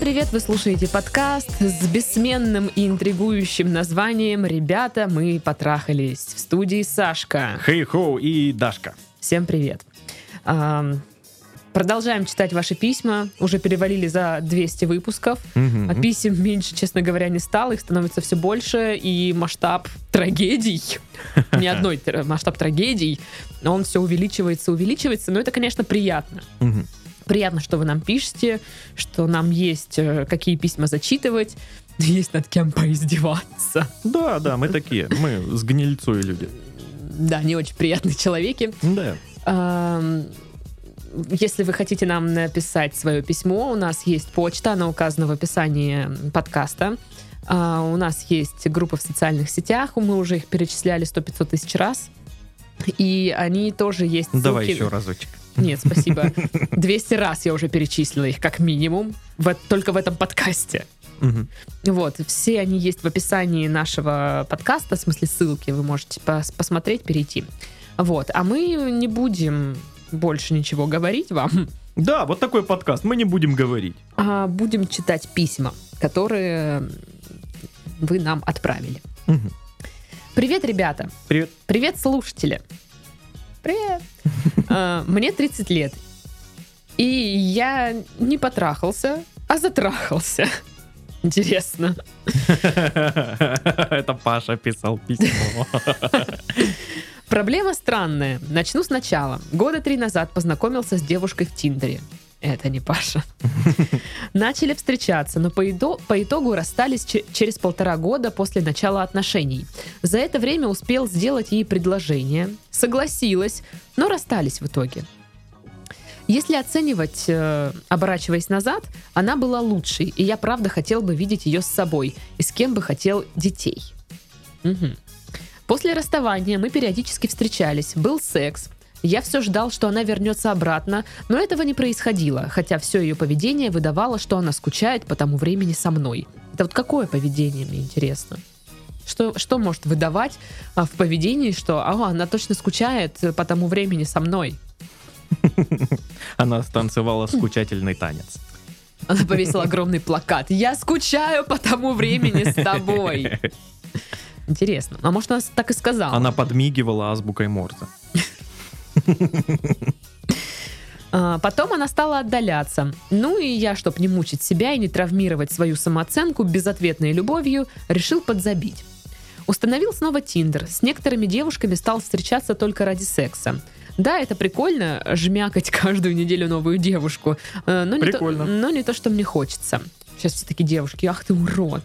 Всем привет! Вы слушаете подкаст с бессменным и интригующим названием «Ребята, мы потрахались». В студии Сашка. Хей-хоу и Дашка. Всем привет! Продолжаем читать ваши письма. Уже перевалили за 200 выпусков. А писем меньше, честно говоря, не стало. Их становится все больше. И масштаб трагедий, не одной масштаб трагедий, он все увеличивается. Но это, конечно, приятно. Приятно, что вы нам пишете, что нам есть какие письма зачитывать, есть над кем поиздеваться. Да, мы такие. Мы с гнильцой люди. Да, не очень приятные человеки. Да. Если вы хотите нам написать свое письмо, у нас есть почта, она указана в описании подкаста. У нас есть группы в социальных сетях, мы уже их перечисляли 100-500 тысяч раз. И они тоже есть ссылки. Давай еще разочек. Нет, спасибо. 200 раз я уже перечислила их, как минимум, только в этом подкасте. Вот, все они есть в описании нашего подкаста, в смысле ссылки, вы можете посмотреть, перейти. Вот, а мы не будем больше ничего говорить вам. Да, вот такой подкаст, мы не будем говорить. А будем читать письма, которые вы нам отправили. Привет, ребята. Привет. Привет, слушатели. Привет. Мне 30 лет. И я не потрахался, а затрахался. Интересно. Это Паша писал письмо. Проблема странная. Начну сначала. 3 года назад познакомился с девушкой в Тиндере. Это не Паша. Начали встречаться, но по итогу расстались через 1,5 года после начала отношений. За это время успел сделать ей предложение, согласилась, но расстались в итоге. Если оценивать, оборачиваясь назад, она была лучшей, и я правда хотел бы видеть ее с собой, и с кем бы хотел детей. После расставания мы периодически встречались, был секс. Я все ждал, что она вернется обратно, но этого не происходило, хотя все ее поведение выдавало, что она скучает по тому времени со мной. Это вот какое поведение, мне интересно? Что может выдавать в поведении, что она точно скучает по тому времени со мной? Она станцевала скучательный танец. Она повесила огромный плакат. «Я скучаю по тому времени с тобой». Интересно. А может, она так и сказала? Она подмигивала азбукой Морзе. Потом она стала отдаляться. Ну и я, чтобы не мучить себя и не травмировать свою самооценку безответной любовью, решил подзабить. Установил снова Тиндер. С некоторыми девушками стал встречаться только ради секса. Да, это прикольно, жмякать каждую неделю новую девушку. Но не то, что мне хочется. Сейчас все такие девушки: ах ты урод.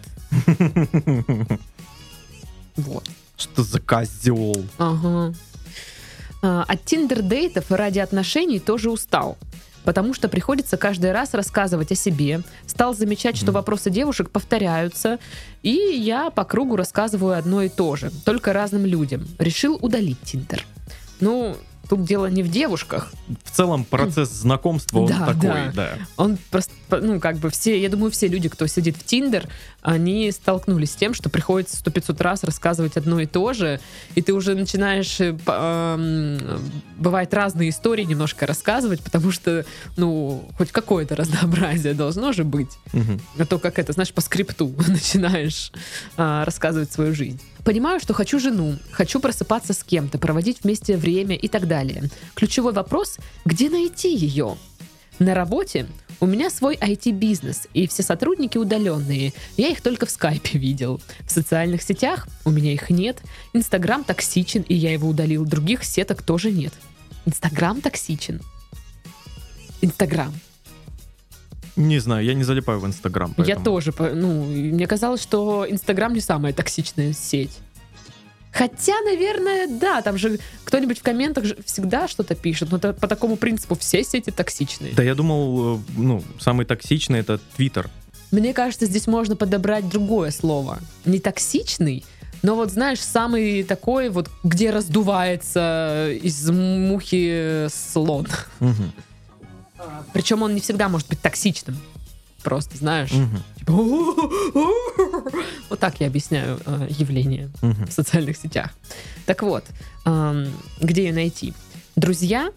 Вот. Что за козел? Ага. От тиндер-дейтов ради отношений тоже устал. Потому что приходится каждый раз рассказывать о себе. Стал замечать, что вопросы девушек повторяются. И я по кругу рассказываю одно и то же, только разным людям. Решил удалить Тиндер. Ну, тут дело не в девушках. В целом процесс знакомства, он такой, да. Он просто, я думаю, все люди, кто сидит в Тиндер, они столкнулись с тем, что приходится 100-500 раз рассказывать одно и то же, и ты уже начинаешь, бывает, разные истории немножко рассказывать, потому что, хоть какое-то разнообразие должно же быть. А то, как это, знаешь, по скрипту начинаешь рассказывать свою жизнь. Понимаю, что хочу жену, хочу просыпаться с кем-то, проводить вместе время и так далее. Ключевой вопрос — где найти ее? На работе у меня свой IT-бизнес, и все сотрудники удаленные. Я их только в скайпе видел. В социальных сетях у меня их нет. Инстаграм токсичен, и я его удалил. Других сеток тоже нет. Инстаграм токсичен. Инстаграм. Не знаю, я не залипаю в Инстаграм. Поэтому... Я тоже. Мне казалось, что Инстаграм не самая токсичная сеть. Хотя, наверное, да, там же кто-нибудь в комментах же всегда что-то пишет, но это по такому принципу все сети токсичные. Да, я думал, самый токсичный — это Твиттер. Мне кажется, здесь можно подобрать другое слово. Не токсичный, но вот, знаешь, самый такой вот, где раздувается из мухи слон. Причем он не всегда может быть токсичным. Просто, знаешь, типа, вот так я объясняю явление в социальных сетях. Так вот, где ее найти? Друзья,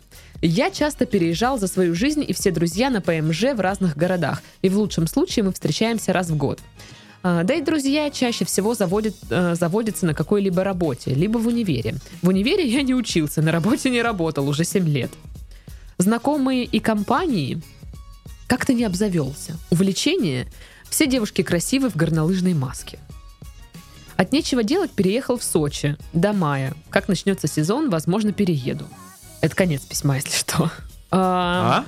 Я часто переезжал за свою жизнь, и все друзья на ПМЖ в разных городах. И в лучшем случае мы встречаемся раз в год. Да и друзья чаще всего заводятся на какой-либо работе, либо в универе. В универе я не учился, на работе не работал уже 7 лет. Знакомые и компании как-то не обзавелся. Увлечение – все девушки красивы в горнолыжной маске. От нечего делать переехал в Сочи до мая. Как начнется сезон, возможно, перееду. Это конец письма, если что. Да.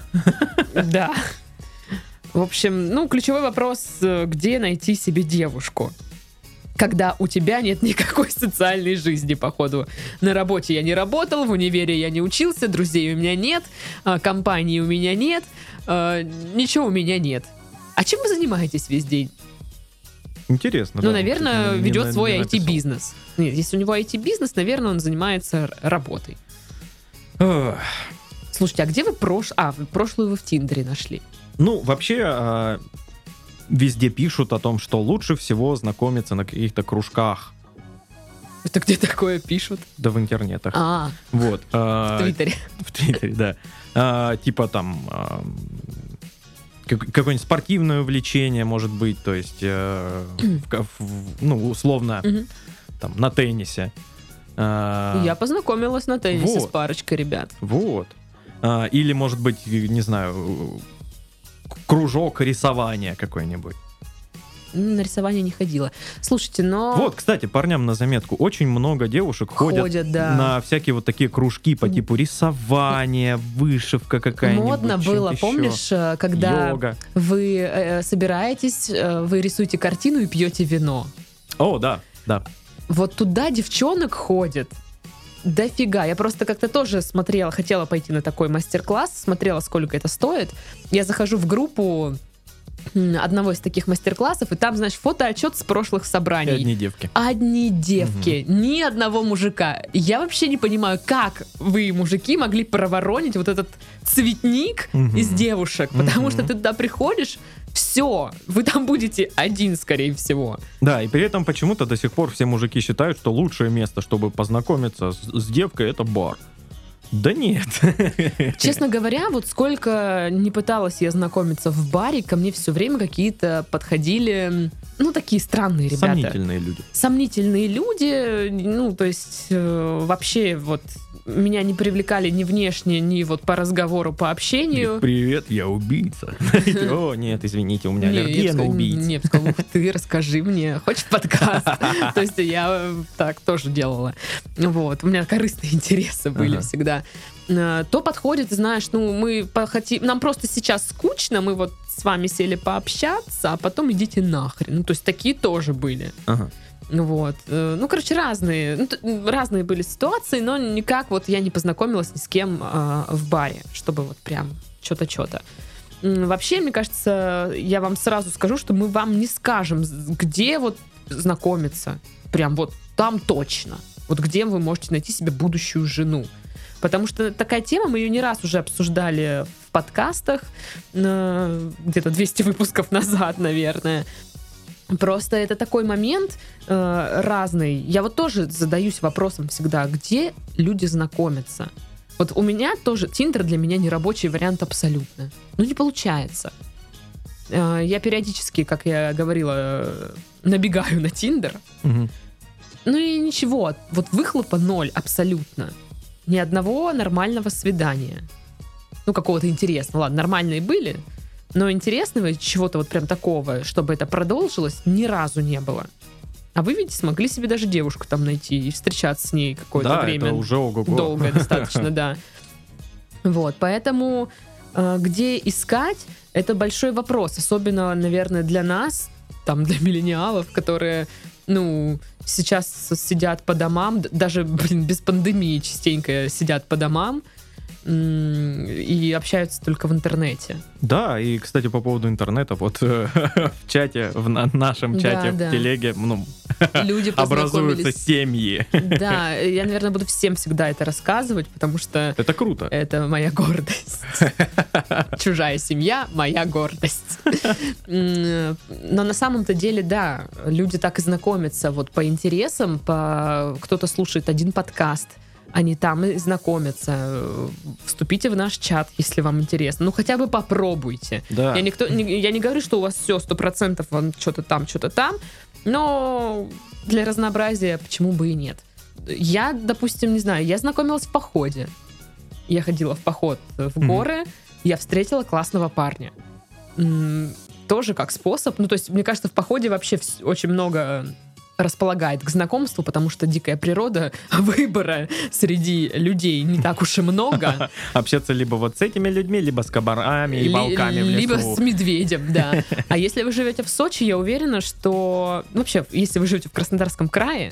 В общем, ключевой вопрос, где найти себе девушку, когда у тебя нет никакой социальной жизни, походу. На работе я не работал, в универе я не учился, друзей у меня нет, компании у меня нет, ничего у меня нет. А чем вы занимаетесь весь день? Интересно, да. Наверное, ведет свой IT-бизнес. Нет, если у него IT-бизнес, наверное, он занимается работой. Слушайте, а где вы прошлую вы в Тиндере нашли? Вообще, везде пишут о том, что лучше всего знакомиться на каких-то кружках. Это где такое пишут? Да в интернетах. Вот. В Твиттере. В Твиттере, да. Типа там какое-нибудь спортивное увлечение, может быть, то есть, условно, там, на теннисе. Я познакомилась на теннисе с парочкой ребят. Вот. Или, может быть, не знаю, кружок рисования какой-нибудь. На рисование не ходила. Слушайте, но... Вот, кстати, парням на заметку. Очень много девушек ходят на всякие вот такие кружки по типу рисования, вышивка какая-нибудь. Модно было, помнишь, когда вы собираетесь, вы рисуете картину и пьете вино? О, да. Вот туда девчонок ходят. Дофига. Я просто как-то тоже смотрела, хотела пойти на такой мастер-класс, смотрела, сколько это стоит. Я захожу в группу одного из таких мастер-классов, и там, знаешь, фотоотчет с прошлых собраний. Одни девки. Ни одного мужика. Я вообще не понимаю, как вы, мужики, могли проворонить вот этот цветник из девушек, потому что ты туда приходишь, все, вы там будете один, скорее всего. Да, и при этом почему-то до сих пор все мужики считают, что лучшее место, чтобы познакомиться с девкой, это бар. Да нет. Честно говоря, вот сколько не пыталась я знакомиться в баре, ко мне все время какие-то подходили, такие странные ребята. Сомнительные люди, то есть вообще вот меня не привлекали ни внешне, ни вот по разговору, по общению. Привет, я убийца. О, нет, извините, у меня аллергия на убийц. Нет, сказал, ты расскажи мне, хочешь подкаст? То есть я так тоже делала. Вот, у меня корыстные интересы были всегда. То подходит, знаешь, мы хотим, нам просто сейчас скучно, мы вот с вами сели пообщаться, а потом идите нахрен. То есть такие тоже были. Вот. Разные были ситуации, но никак вот я не познакомилась ни с кем в баре, чтобы вот прям что-то. Вообще, мне кажется, я вам сразу скажу, что мы вам не скажем, где вот знакомиться. Прям вот там точно. Вот где вы можете найти себе будущую жену. Потому что такая тема, мы ее не раз уже обсуждали в подкастах, где-то 200 выпусков назад, наверное. Просто это такой момент разный. Я вот тоже задаюсь вопросом всегда, где люди знакомятся. Вот у меня тоже Тиндер для меня не рабочий вариант абсолютно. Не получается. Я периодически, как я говорила, набегаю на Тиндер. И ничего, вот выхлопа ноль абсолютно. Ни одного нормального свидания. Какого-то интересного. Ладно, нормальные были, но интересного, чего-то вот прям такого, чтобы это продолжилось, ни разу не было. А вы, видите, смогли себе даже девушку там найти и встречаться с ней какое-то время. Да, это уже ого-го. Долго достаточно, да. Вот, поэтому где искать, это большой вопрос. Особенно, наверное, для нас, там, для миллениалов, которые, сейчас сидят по домам, даже, без пандемии частенько сидят по домам, и общаются только в интернете. Да, и, кстати, по поводу интернета, вот в чате, в нашем чате, в телеге, люди образуются семьи. Да, я, наверное, буду всем всегда это рассказывать, потому что... Это круто. Это моя гордость. Чужая семья — моя гордость. Но на самом-то деле, да, люди так и знакомятся вот по интересам, кто-то слушает один подкаст, они там и знакомятся. Вступите в наш чат, если вам интересно. Ну, хотя бы попробуйте. Да. Я не говорю, что у вас все 100%, вон что-то там, но для разнообразия почему бы и нет. Я, допустим, не знаю, я знакомилась в походе. Я ходила в поход в горы, я встретила классного парня. Тоже как способ. Ну, то есть, мне кажется, в походе вообще очень много располагает к знакомству, потому что дикая природа, выбора среди людей не так уж и много. Общаться либо вот с этими людьми, либо с кабарами и волками в лесу. Либо с медведем, да. А если вы живете в Сочи, я уверена, что... Вообще, если вы живете в Краснодарском крае,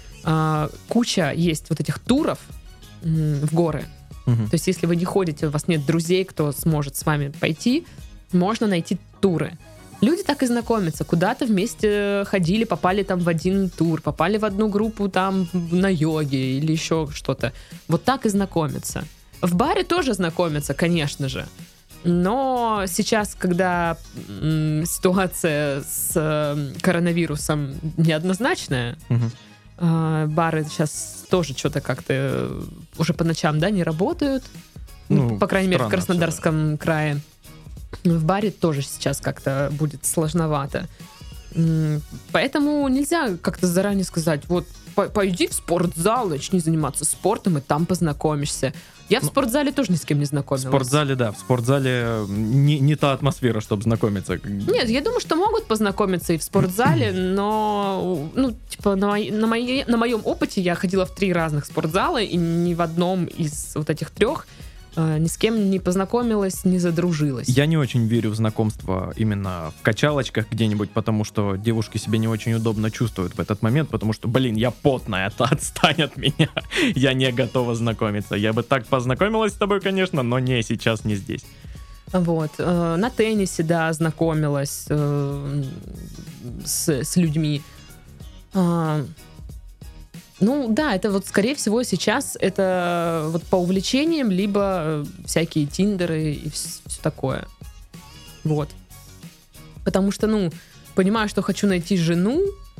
куча есть вот этих туров в горы. То есть, если вы не ходите, у вас нет друзей, кто сможет с вами пойти, можно найти туры. Люди так и знакомятся. Куда-то вместе ходили, попали там в один тур, попали в одну группу там на йоге или еще что-то. Вот так и знакомятся. В баре тоже знакомятся, конечно же. Но сейчас, когда ситуация с коронавирусом неоднозначная, бары сейчас тоже что-то как-то уже по ночам, да, не работают. Ну, по крайней мере, в Краснодарском крае. В баре тоже сейчас как-то будет сложновато. Поэтому нельзя как-то заранее сказать, вот пойди в спортзал, начни заниматься спортом, и там познакомишься. Я в спортзале тоже ни с кем не знакомилась. В спортзале, да. В спортзале не та атмосфера, чтобы знакомиться. Нет, я думаю, что могут познакомиться и в спортзале, но, ну, типа, на моем опыте я ходила в 3 разных спортзала, и ни в одном из вот этих 3 ни с кем не познакомилась, не задружилась. Я не очень верю в знакомство именно в качалочках где-нибудь, потому что девушки себя не очень удобно чувствуют в этот момент, потому что, блин, я потная, отстань от меня, я не готова знакомиться. Я бы так познакомилась с тобой, конечно, но не сейчас, не здесь. Вот. На теннисе, да, знакомилась с людьми. Ну да, это вот скорее всего сейчас это вот по увлечениям, либо всякие тиндеры и все такое. Вот. Потому что, ну, понимаю, что хочу найти жену,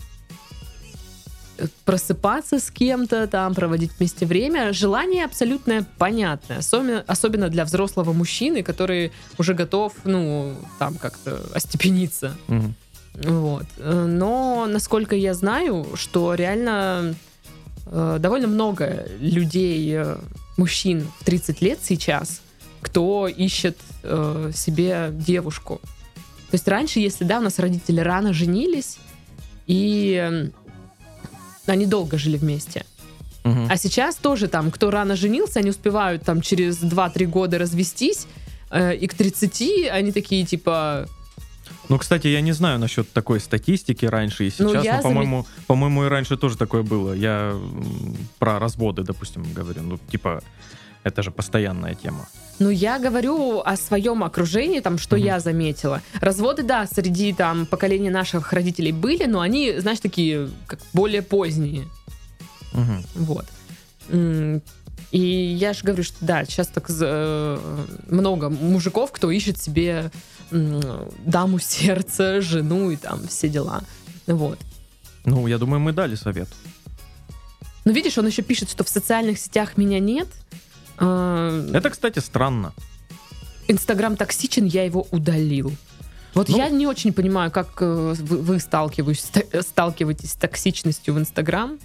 просыпаться с кем-то, там, проводить вместе время. Желание абсолютно понятное. Особенно для взрослого мужчины, который уже готов, ну, там, как-то остепениться. Вот. Но, насколько я знаю, что реально... довольно много людей, мужчин в 30 лет сейчас, кто ищет себе девушку. То есть раньше, если, да, у нас родители рано женились, и они долго жили вместе. А сейчас тоже там, кто рано женился, они успевают там через 2-3 года развестись, и к 30 они такие, типа... Ну, кстати, я не знаю насчет такой статистики раньше и сейчас, но, по-моему, и раньше тоже такое было. Я про разводы, допустим, говорю. Ну, типа, это же постоянная тема. Ну, я говорю о своем окружении, там, что я заметила. Разводы, да, среди там поколения наших родителей были, но они, знаешь, такие, как более поздние. Вот. И я же говорю, что да, сейчас так много мужиков, кто ищет себе даму сердца, жену и там все дела. Вот. Ну, я думаю, мы дали совет. Ну, видишь, он еще пишет, что в социальных сетях меня нет. Это, кстати, странно. Инстаграм токсичен, я его удалил. Вот я не очень понимаю, как вы сталкиваетесь с токсичностью в Инстаграм.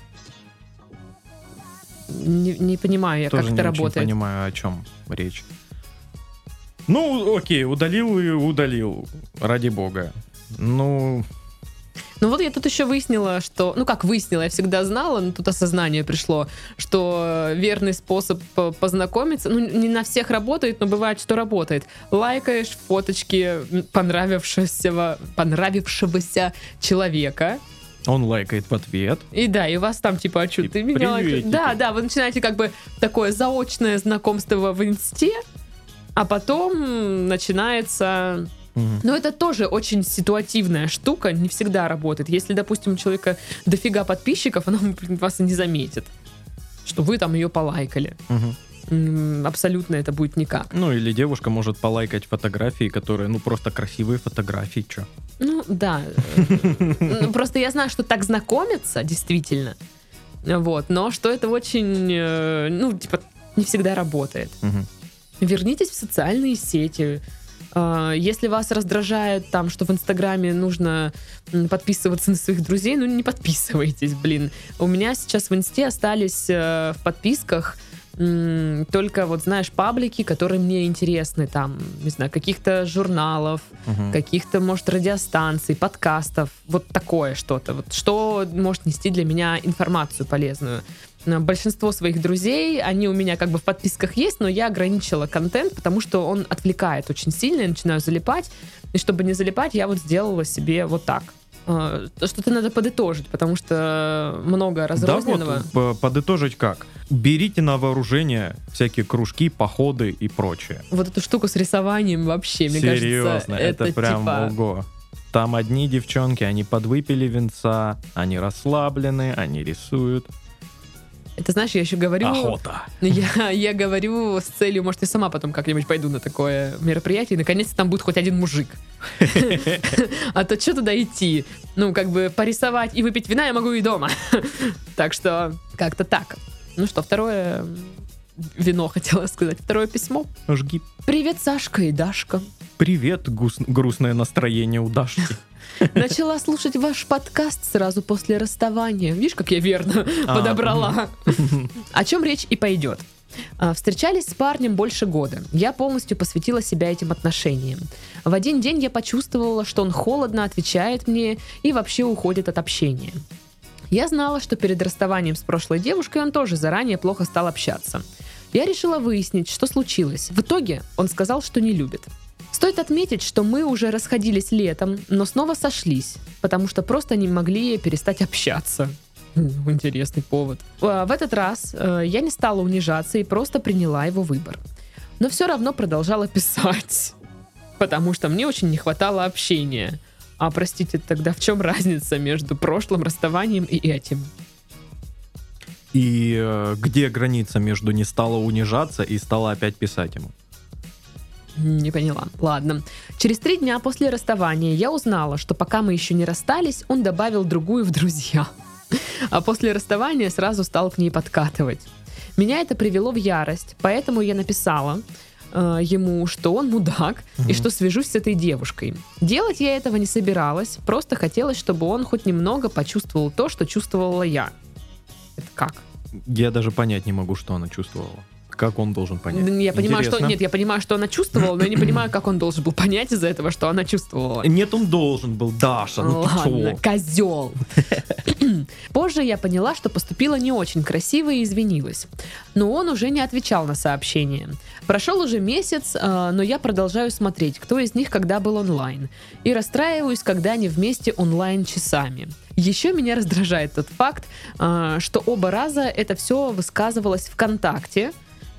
Не понимаю я, как это работает. Тоже не очень понимаю, о чем речь. Ну, окей, удалил и удалил, ради бога. Ну вот я тут еще выяснила, что... Ну, как выяснила, я всегда знала, но тут осознание пришло, что верный способ познакомиться, ну, не на всех работает, но бывает, что работает. Лайкаешь фоточки понравившегося человека. Он лайкает в ответ. И да, и у вас там типа, а что, ты меня лайкаешь? Да, вы начинаете как бы такое заочное знакомство в инсте, а потом начинается... Но это тоже очень ситуативная штука, не всегда работает. Если, допустим, у человека дофига подписчиков, она вас и не заметит, что вы там ее полайкали. Абсолютно это будет никак. Ну, или девушка может полайкать фотографии, которые, ну, просто красивые фотографии, чё? Ну, да. Просто я знаю, что так знакомиться, действительно, Вот. Но что это очень, не всегда работает. Вернитесь в социальные сети. Если вас раздражает там, что в Инстаграме нужно подписываться на своих друзей, не подписывайтесь, блин. У меня сейчас в Инсте остались в подписках только, паблики, которые мне интересны, там, не знаю, каких-то журналов, каких-то, может, радиостанций, подкастов, вот такое что-то, вот что может нести для меня информацию полезную. Большинство своих друзей, они у меня как бы в подписках есть, но я ограничила контент, потому что он отвлекает очень сильно, я начинаю залипать, и чтобы не залипать, я сделала себе вот так. Что-то надо подытожить, потому что много разрозненного. Да, вот, подытожить как? Берите на вооружение всякие кружки, походы и прочее. Вот эту штуку с рисованием вообще, мне кажется, серьезно, это прям ого. Там одни девчонки, они подвыпили винца, они расслаблены, они рисуют. Это, знаешь, я еще говорю... Охота. Я говорю с целью, может, я сама потом как-нибудь пойду на такое мероприятие, и наконец-то там будет хоть один мужик. А то что туда идти? Порисовать и выпить вина я могу и дома. Так что как-то так. Ну что, второе вино хотела сказать. Второе письмо. Жги. Привет, Сашка и Дашка. Привет, грустное настроение у Дашки. Начала слушать ваш подкаст сразу после расставания. Видишь, как я верно подобрала. О чем речь и пойдет. Встречались с парнем больше года. Я полностью посвятила себя этим отношениям. В один день я почувствовала, что он холодно отвечает мне и вообще уходит от общения. Я знала, что перед расставанием с прошлой девушкой он тоже заранее плохо стал общаться. Я решила выяснить, что случилось. В итоге он сказал, что не любит. Стоит отметить, что мы уже расходились летом, но снова сошлись, потому что просто не могли перестать общаться. Интересный повод. В этот раз я не стала унижаться и просто приняла его выбор. Но все равно продолжала писать, потому что мне очень не хватало общения. А простите, тогда в чем разница между прошлым расставанием и этим? И где граница между не стала унижаться и стала опять писать ему? Не поняла. Ладно. Через 3 дня после расставания я узнала, что пока мы еще не расстались, он добавил другую в друзья. А после расставания сразу стал к ней подкатывать. Меня это привело в ярость, поэтому я написала ему, что он мудак и что свяжусь с этой девушкой. Делать я этого не собиралась, просто хотелось, чтобы он хоть немного почувствовал то, что чувствовала я. Это как? Я даже понять не могу, что она чувствовала. Как он должен понять? Я понимаю, я понимаю, что она чувствовала, но я не понимаю, как он должен был понять из-за этого, что она чувствовала. Нет, он должен был, Даша, ну ты ладно, козел. Позже я поняла, что поступила не очень красиво и извинилась. Но он уже не отвечал на сообщения. Прошел уже месяц, но я продолжаю смотреть, кто из них когда был онлайн. И расстраиваюсь, когда они вместе онлайн часами. Еще меня раздражает тот факт, что оба раза это все высказывалось ВКонтакте,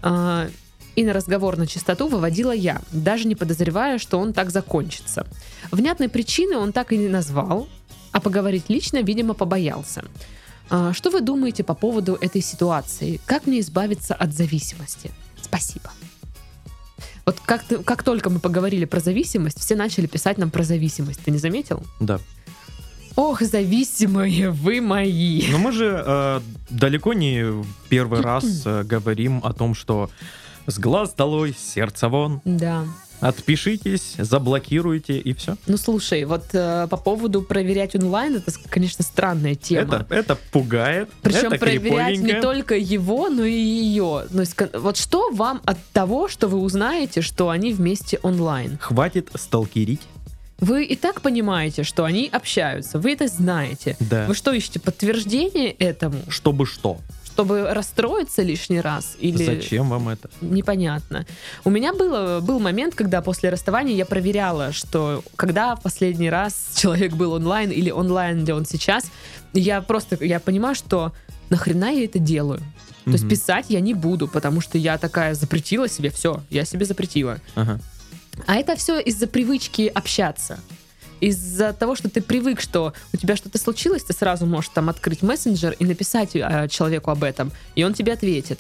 и на разговор на чистоту выводила я, даже не подозревая, что он так закончится. Внятной причины он так и не назвал, а поговорить лично, видимо, побоялся. Что вы думаете по поводу этой ситуации? Как мне избавиться от зависимости? Спасибо. Вот как только мы поговорили про зависимость, все начали писать нам про зависимость. Ты не заметил? Да. Ох, зависимые вы мои. Но мы же далеко не первый раз говорим о том, что с глаз долой, с сердца вон. Да. Отпишитесь, заблокируйте и все. Ну слушай, вот по поводу проверять онлайн, это, конечно, странная тема. Это пугает. Причем это проверять криповенько. не только его, но и ее. То есть, вот что вам от того, что вы узнаете, что они вместе онлайн? Хватит сталкерить. Вы и так понимаете, что они общаются, вы это знаете. Да. Вы что, ищете подтверждение этому? Чтобы что? Чтобы расстроиться лишний раз? Или... Зачем вам это? Непонятно. У меня был момент, когда после расставания я проверяла, что когда в последний раз человек был онлайн или онлайн, где он сейчас, я понимаю, что нахрена я это делаю? То есть писать я не буду, потому что я такая запретила себе, все, я себе запретила. Ага. А это все из-за привычки общаться. Из-за того, что ты привык, что у тебя что-то случилось, ты сразу можешь там открыть мессенджер и написать человеку об этом, и он тебе ответит.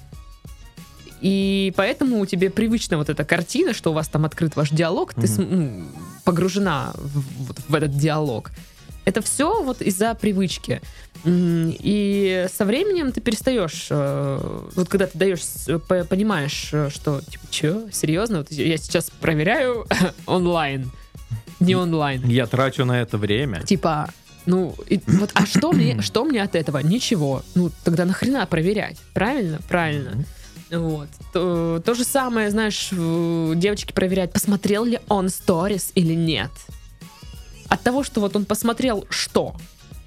И поэтому у тебя привычна вот эта картина, что у вас там открыт ваш диалог, ты погружена в этот диалог. Это все вот из-за привычки. И со временем ты перестаешь, вот когда ты понимаешь, что, типа, что, серьезно? Вот я сейчас проверяю онлайн, не онлайн. Я трачу на это время. Типа, вот, а что мне от этого? Ничего. Ну, тогда нахрена проверять? Правильно? Правильно. Вот. То же самое, знаешь, девочки проверяют, посмотрел ли он сторис или нет. От того, что вот он посмотрел, что?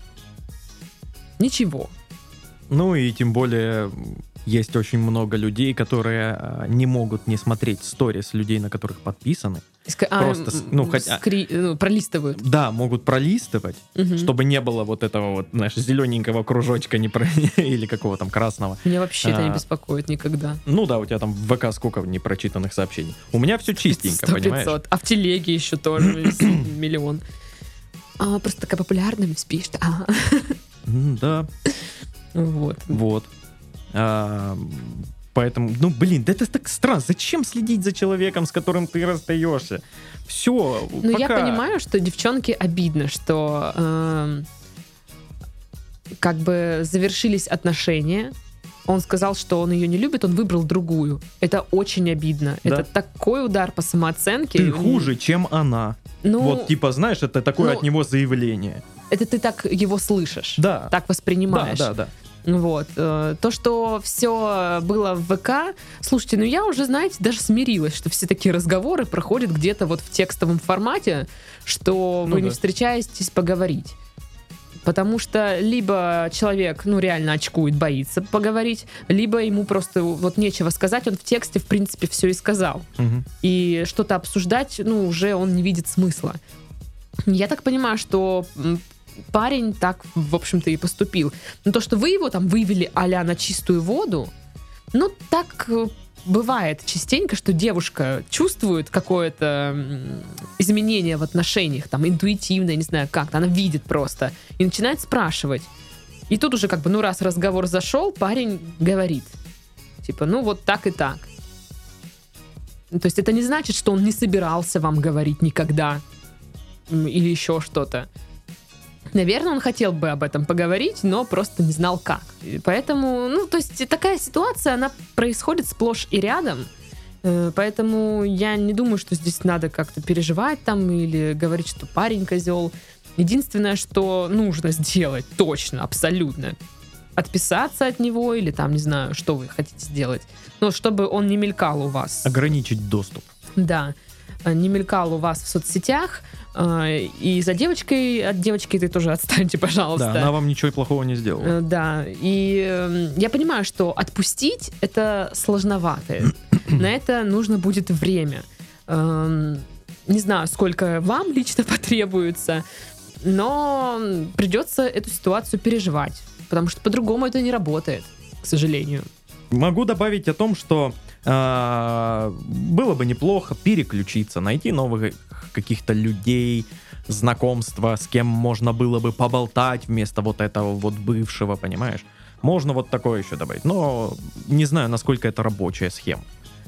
Ничего. Ну и тем более есть очень много людей, которые не могут не смотреть сторис людей, на которых подписаны. Просто, пролистывают. Да, могут пролистывать, чтобы не было вот этого вот, знаешь, зелененького кружочка или какого там красного. Меня вообще это не беспокоит никогда. Ну да, у тебя там в ВК сколько непрочитанных сообщений. У меня все чистенько, 100-500. Понимаешь? А в телеге еще тоже миллион. Просто такая популярная, спишь. Да. Вот. Поэтому, это так странно. Зачем следить за человеком, с которым ты расстаешься? Все, пока. Я понимаю, что девчонке обидно, что как бы завершились отношения. Он сказал, что он ее не любит, он выбрал другую. Это очень обидно. Да. Это такой удар по самооценке. Ты хуже, чем она. Вот, типа, знаешь, это такое от него заявление. Это ты так его слышишь. Да. Так воспринимаешь. Да. Вот. То, что все было в ВК, слушайте, я уже, знаете, даже смирилась, что все такие разговоры проходят где-то вот в текстовом формате, что вы не встречаетесь поговорить. Потому что либо человек, реально очкует, боится поговорить, либо ему просто вот нечего сказать, он в тексте, в принципе, все и сказал. И что-то обсуждать, уже он не видит смысла. Я так понимаю, что парень так, в общем-то, и поступил. Но то, что вы его там вывели а-ля на чистую воду, так бывает частенько, что девушка чувствует какое-то изменение в отношениях, там, интуитивно, я не знаю как-то, она видит просто, и начинает спрашивать. И тут уже как бы, раз разговор зашел, парень говорит, типа, вот так и так. То есть это не значит, что он не собирался вам говорить никогда или еще что-то. Наверное, он хотел бы об этом поговорить, но просто не знал как. И поэтому, то есть такая ситуация, она происходит сплошь и рядом. Поэтому я не думаю, что здесь надо как-то переживать там или говорить, что парень козел. Единственное, что нужно сделать точно, абсолютно, отписаться от него или там, не знаю, что вы хотите сделать. Но чтобы он не мелькал у вас. Ограничить доступ. Да. Не мелькал у вас в соцсетях, и за девочкой, от девочки ты тоже отстаньте, пожалуйста. Да, она вам ничего плохого не сделала. Да, и я понимаю, что отпустить это сложновато. На это нужно будет время. Не знаю, сколько вам лично потребуется, но придется эту ситуацию переживать, потому что по-другому это не работает, к сожалению. Могу добавить о том, что было бы неплохо переключиться, найти новых каких-то людей, знакомства, с кем можно было бы поболтать вместо вот этого вот бывшего, понимаешь? Можно вот такое еще добавить, но не знаю, насколько это рабочая схема.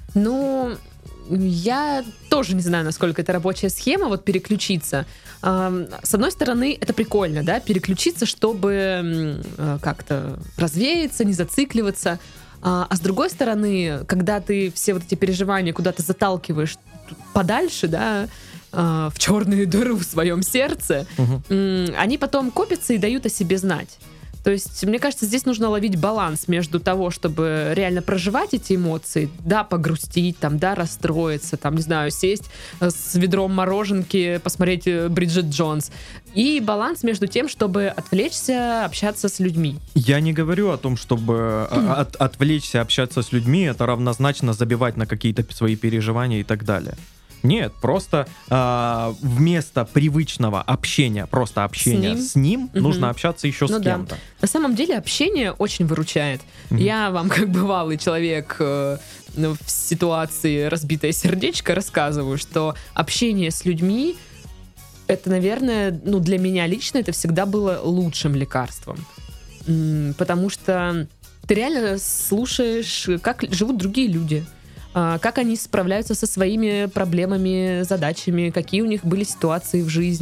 Я тоже не знаю, насколько это рабочая схема, вот переключиться. С одной стороны, это прикольно, да, переключиться, чтобы как-то развеяться, не зацикливаться. А с другой стороны, когда ты все вот эти переживания куда-то заталкиваешь подальше, да, в черную дыру в своем сердце, они потом копятся и дают о себе знать. То есть, мне кажется, здесь нужно ловить баланс между того, чтобы реально проживать эти эмоции, да, погрустить, там, да, расстроиться, там, не знаю, сесть с ведром мороженки, посмотреть Бриджит Джонс, и баланс между тем, чтобы отвлечься, общаться с людьми. Я не говорю о том, чтобы отвлечься, общаться с людьми, это равнозначно забивать на какие-то свои переживания и так далее. Нет, просто вместо привычного общения, просто общения с ним нужно общаться еще с кем-то. Да. На самом деле общение очень выручает. Я вам, как бывалый человек в ситуации разбитое сердечко, рассказываю, что общение с людьми, это, наверное, для меня лично это всегда было лучшим лекарством. Потому что ты реально слушаешь, как живут другие люди, как они справляются со своими проблемами, задачами, какие у них были ситуации в жизни.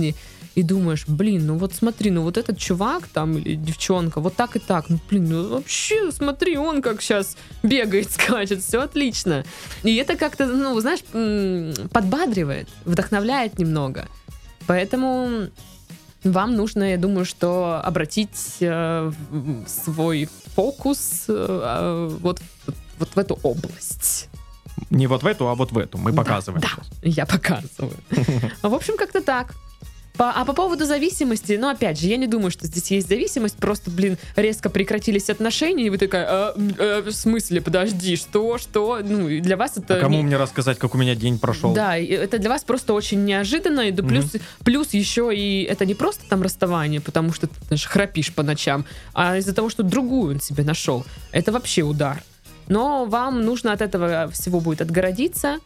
и думаешь, блин, ну вот смотри, ну вот этот чувак там или девчонка, вот так и так, ну блин, ну вообще, смотри, он как сейчас бегает, скачет, все отлично. И это как-то, ну, знаешь, подбадривает, вдохновляет немного. Поэтому вам нужно, я думаю, что обратить свой фокус вот в эту область. Не вот в эту, а вот в эту. Мы показываем. Да, я показываю. В общем, как-то так. А по поводу зависимости, ну, опять же, я не думаю, что здесь есть зависимость, просто, блин, резко прекратились отношения, и вы такая, в смысле, подожди, что? Ну, и для вас это... А кому мне рассказать, как у меня день прошел? Да, и это для вас просто очень неожиданно, и плюс еще и это не просто там расставание, потому что ты, знаешь, храпишь по ночам, а из-за того, что другую он себе нашел. Это вообще удар. Но вам нужно от этого всего будет отгородиться.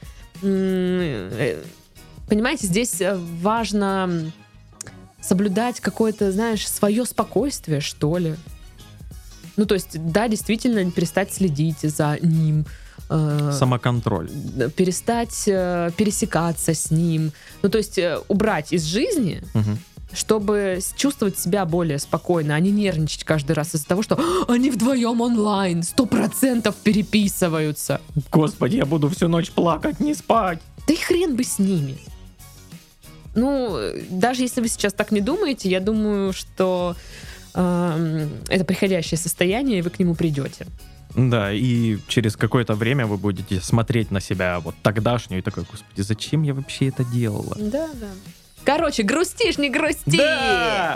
Понимаете, здесь важно соблюдать какое-то, знаешь, свое спокойствие, что ли. Ну, то есть, да, действительно, перестать следить за ним. Самоконтроль. Перестать пересекаться с ним. Ну, то есть, убрать из жизни, чтобы чувствовать себя более спокойно, а не нервничать каждый раз из-за того, что они вдвоем онлайн, 100% переписываются. Господи, я буду всю ночь плакать, не спать. Да и хрен бы с ними. Ну, даже если вы сейчас так не думаете, я думаю, что это приходящее состояние, и вы к нему придете. Да, и через какое-то время вы будете смотреть на себя вот тогдашнюю и такой, господи, зачем я вообще это делала? Да. Короче, грустишь, не грусти! Да!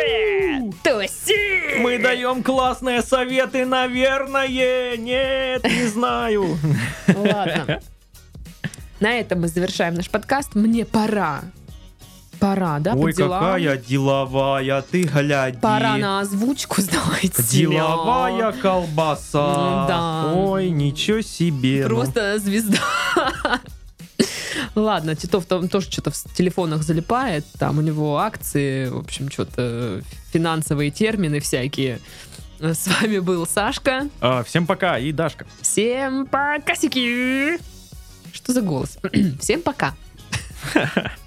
Туси! Мы даем классные советы, наверное. Нет, не знаю. Ладно. На этом мы завершаем наш подкаст. Мне пора. Пора, да, ой, по делам? какая деловая, ты гляди. Пора на озвучку сдавать. Деловая колбаса. Да. Ой, ничего себе. Просто звезда. Ладно, Титов там тоже что-то в телефонах залипает. Там у него акции, в общем, что-то финансовые термины всякие. С вами был Сашка. Всем пока и Дашка. Всем покасики. Что за голос? Всем пока.